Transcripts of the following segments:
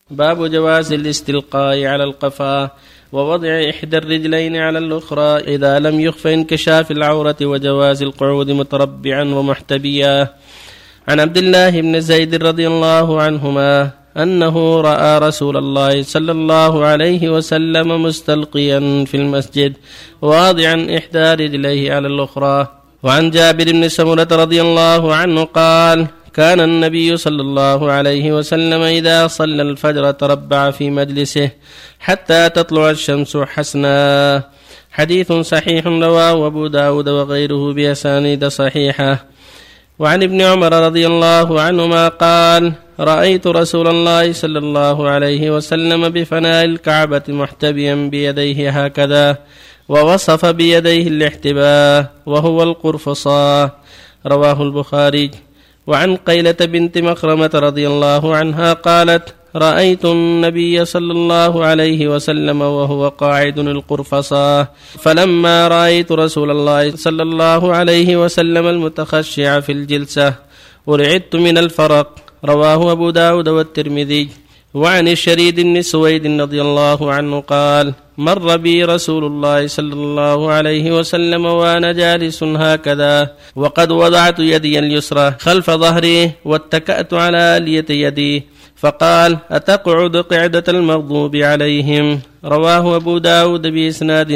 باب جواز الاستلقاء على القفا ووضع إحدى الرجلين على الأخرى إذا لم يخف انكشاف العورة، وجواز القعود متربعا ومحتبيا. عن عبد الله بن زيد رضي الله عنهما أنه رأى رسول الله صلى الله عليه وسلم مستلقيا في المسجد واضعا إحدى رجليه على الأخرى. وعن جابر بن سمرة رضي الله عنه قال: كان النبي صلى الله عليه وسلم إذا صلى الفجر تربع في مجلسه حتى تطلع الشمس حسنا. حديث صحيح رواه أبو داود وغيره بأسانيد صحيحة. وعن ابن عمر رضي الله عنهما قال: رأيت رسول الله صلى الله عليه وسلم بفناء الكعبة محتبيا بيديه هكذا، ووصف بيديه الاحتباء وهو القرفصاء. رواه البخاري. وعن قيلة بنت مخرمة رضي الله عنها قالت: رأيت النبي صلى الله عليه وسلم وهو قاعد القرفصاء، فلما رأيت رسول الله صلى الله عليه وسلم المتخشع في الجلسة ورعدت من الفرق. رواه أبو داود والترمذي. وعن الشريد بن سويد رضي الله عنه قال: مر بي رسول الله صلى الله عليه وسلم وأنا جالس هكذا، وقد وضعت يدي اليسرى خلف ظهري واتكأت على آلية يدي، فقال: أتقعد قعدة المغضوب عليهم. رواه أبو داود بإسناد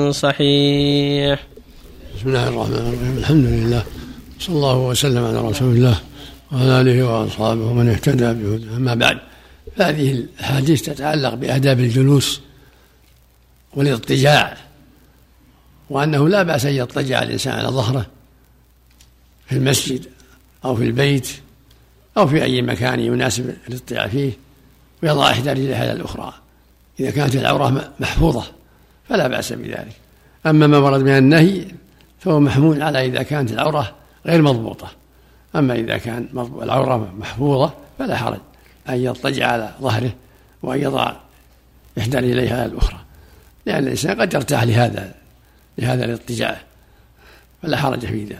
صحيح. بسم الله الرحمن الرحيم. الحمد لله، صلى الله وسلم على رسول الله وعلى آله وأصحابه ومن اهتدى بهداه. أما بعد، هذه الأحاديث تتعلق بآداب الجلوس والاضطجاع، وأنه لا بأس أن يضطجع الإنسان على ظهره في المسجد أو في البيت أو في أي مكان يناسب الاضطجاع فيه، ويضع إحدى رجليه على الأخرى إذا كانت العورة محفوظة فلا بأس بذلك. أما ما ورد من النهي فهو محمول على إذا كانت العورة غير مضبوطة. أما إذا كان العورة محفوظة فلا حرج أن يضطجع على ظهره وأن يضع إحدى رجليه على الأخرى، لأن الإنسان قد يرتاح لهذا الاضطجاع، فلا حرج في ذلك.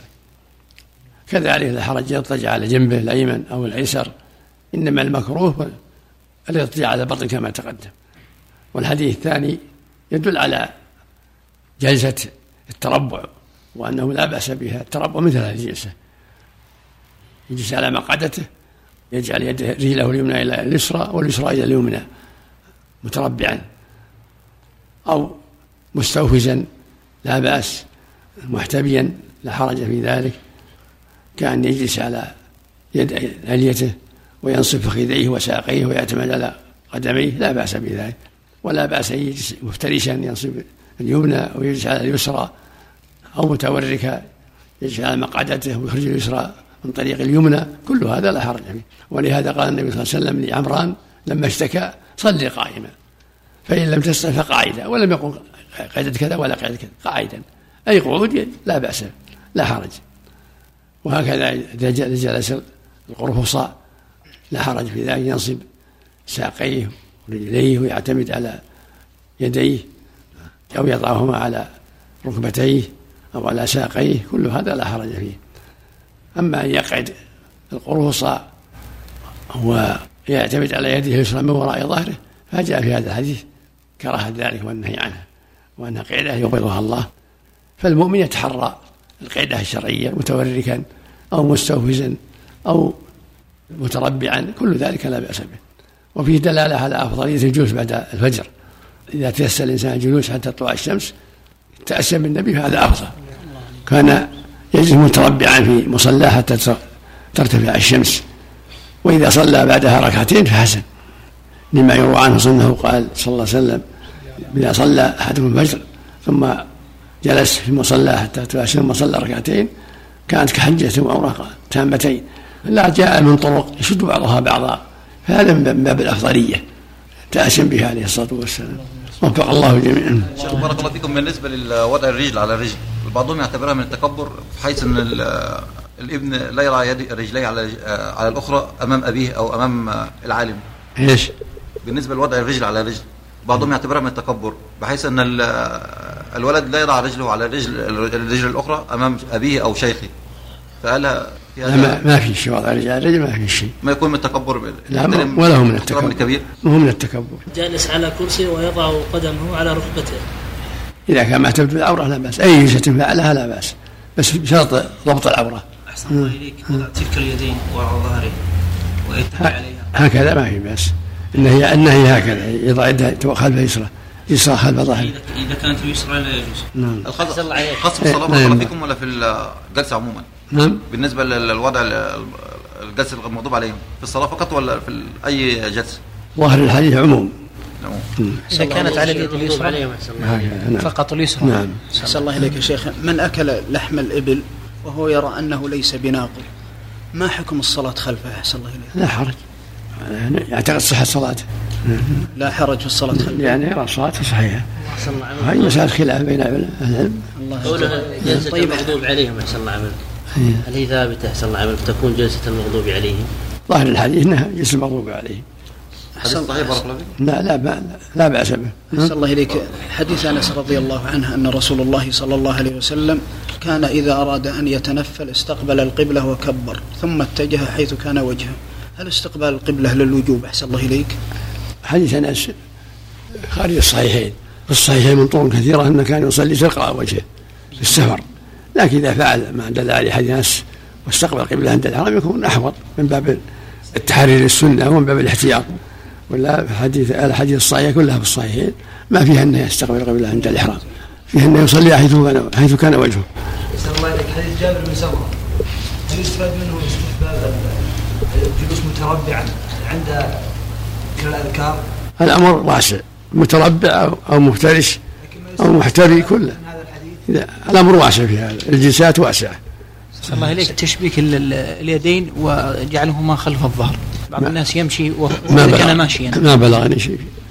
كذلك لا حرج يضطجع على جنبه الأيمن أو الأيسر، إنما المكروه الاضطجاع على البطن كما تقدم. والحديث الثاني يدل على جلسة التربع، وأنه لا بأس بها التربع مثل هذه الجلسة، يجلس على مقعدته يجعل يده رجله اليمنى إلى اليسرى واليسرى إلى اليمنى متربعا، أو مستوفزا لا بأس، محتبيا لا حرج في ذلك، كأن يجلس على يد عليته وينصب فخذيه وساقيه ويعتمد على قدميه، لا بأس بذلك. ولا بأس أن يجلس مفترشا ينصب اليمنى أو يجلس على اليسرى، أو متوركا يجلس على مقعدته ويخرج اليسرى من طريق اليمنى، كل هذا لا حرج فيه. ولهذا قال النبي صلى الله عليه وسلم لعمران لما اشتكى: صلي قائما، فإن لم تستطع فقاعدا، ولم يقل قعدة كذا ولا قعدة كذا، قاعدا أي قعود لا بأس لا حرج. وهكذا إذا جلس القرفصاء لا حرج في ذلك، ينصب ساقيه ورجليه ويعتمد على يديه أو يضعهما على ركبتيه أو على ساقيه، كل هذا لا حرج فيه. أما أن يقعد القرفصاء ويعتمد على يده اليسرى من وراء ظهره فجاء في هذا الحديث كراهة ذلك والنهي عنه، وأنها قعدة يقبضها الله. فالمؤمن يتحرى القعدة الشرعية متوركا أو مستوفزا أو متربعا، كل ذلك لا بأس به. وفيه دلالة على أفضلية الجلوس بعد الفجر، إذا تيسر الإنسان الجلوس حتى تطلع الشمس تأسى بالنبي هذا أفضل. كان يجلس متربعا في مصلاه حتى ترتفع الشمس، وإذا صلى بعدها ركعتين فحسن، لما يروى عنه صنه قال صلى الله عليه وسلم: إذا صلى أحدكم الفجر ثم جلس في مصلاه حتى تطلع الشمس ثم صلى ركعتين كانت كحجة وعمرة تامتين. لا جاء من طرق يشد بعضها بعضا، فهذا من باب الأفضلية تأسم بها عليه الصلاة والسلام. وفق الله جميعا. شيخ بارك الله فيكم، بالنسبة لوضع الرجل على الرجل، بعضهم يعتبرها من التكبر، بحيث أن الابن لا يرى رجليه على الأخرى أمام أبيه أو أمام العالم. إيش؟ بالنسبة لوضع الرجل على الرجل، بعضهم يعتبرها من التكبر، بحيث أن الولد لا يضع رجله على الرجل الأخرى أمام أبيه أو شيخه، فقالها ما في شيء وضع الرجل ما في شيء. ما يكون من التكبر لا ولا هو من التكبر. هو من التكبر. جالس على كرسي ويضع قدمه على ركبته. إذا كان ما تبدو العورة لا بأس، أي جلسة فعلها لا بأس، بس بشرط ضبط العورة. أحسن الله إليك. وضع تلك اليدين وراء ظهره ويتبع عليها هكذا ما في بأس. إنه هكذا يضع يده خلف يسرى خلف ظهره. إذا كانت اليسرى لا يجوز. نعم. الخاص في الصلاة بارك فيكم ولا في الجلسة عموما؟ نعم. بالنسبة للوضع الجلسة المغضوب عليهم في الصلاة فقط ولا في أي جلسة؟ ظاهر الحديث عموم. إذا كانت على اليد اليسرى فقط اليسرى. نعم. أحسن الله إليك يا شيخ. من أكل لحم الإبل وهو يرى أنه ليس بناقل، ما حكم الصلاة خلفه؟ أحسن الله إليك. لا حرج، يعتقد صحة صلاته. لا حرج في الصلاة خلفه، يعني يرى صلاته صحيحة. هذه مسألة خلاف بين العلم. قولها جلسة المغضوب عليهم أحسن الله عملك، هل هي ثابتة أحسن الله عملك تكون جلسة المغضوب عليهم؟ ظاهر الحديث إنها جلسة المغضوب عليهم. حديث صحيح بارك الله فيك. لا بأس به. أحسن الله إليك. حديث أنس رضي الله عنه أن رسول الله صلى الله عليه وسلم كان إذا أراد أن يتنفل استقبل القبلة وكبر ثم اتجه حيث كان وجهه. هل استقبال القبلة للوجوب أحسن الله إليك؟ حديث أنس خارج الصحيحين، في الصحيحين من طرق كثيرة أنه كان يصلي تلقاء وجهه في السفر، لكن إذا فعل ما دل عليه حديث أنس واستقبل القبلة عند الحرم يكون أحوط من باب التحري للسنة ومن باب الاحتياط. ولا الحديث الصحيح كلها في الصحيحين ما فيها أنه يستقبل القبلة عند الإحرام، فيها أنه يصلي حيث كان وجهه. أحسن الله إليك. حديث جابر بن سمرة هل يستفاد منه استحباب الجلوس متربعا عند الأذكار؟ الأمر واسع، متربع أو مفترش أو محتري كله، الأمر واسع في هذا، الجلسات واسعة. أحسن الله إليك. تشبيك اليدين وجعلهما خلف الظهر، بعض الناس يمشي وهو كان ماشيا. ما بلغني شيء.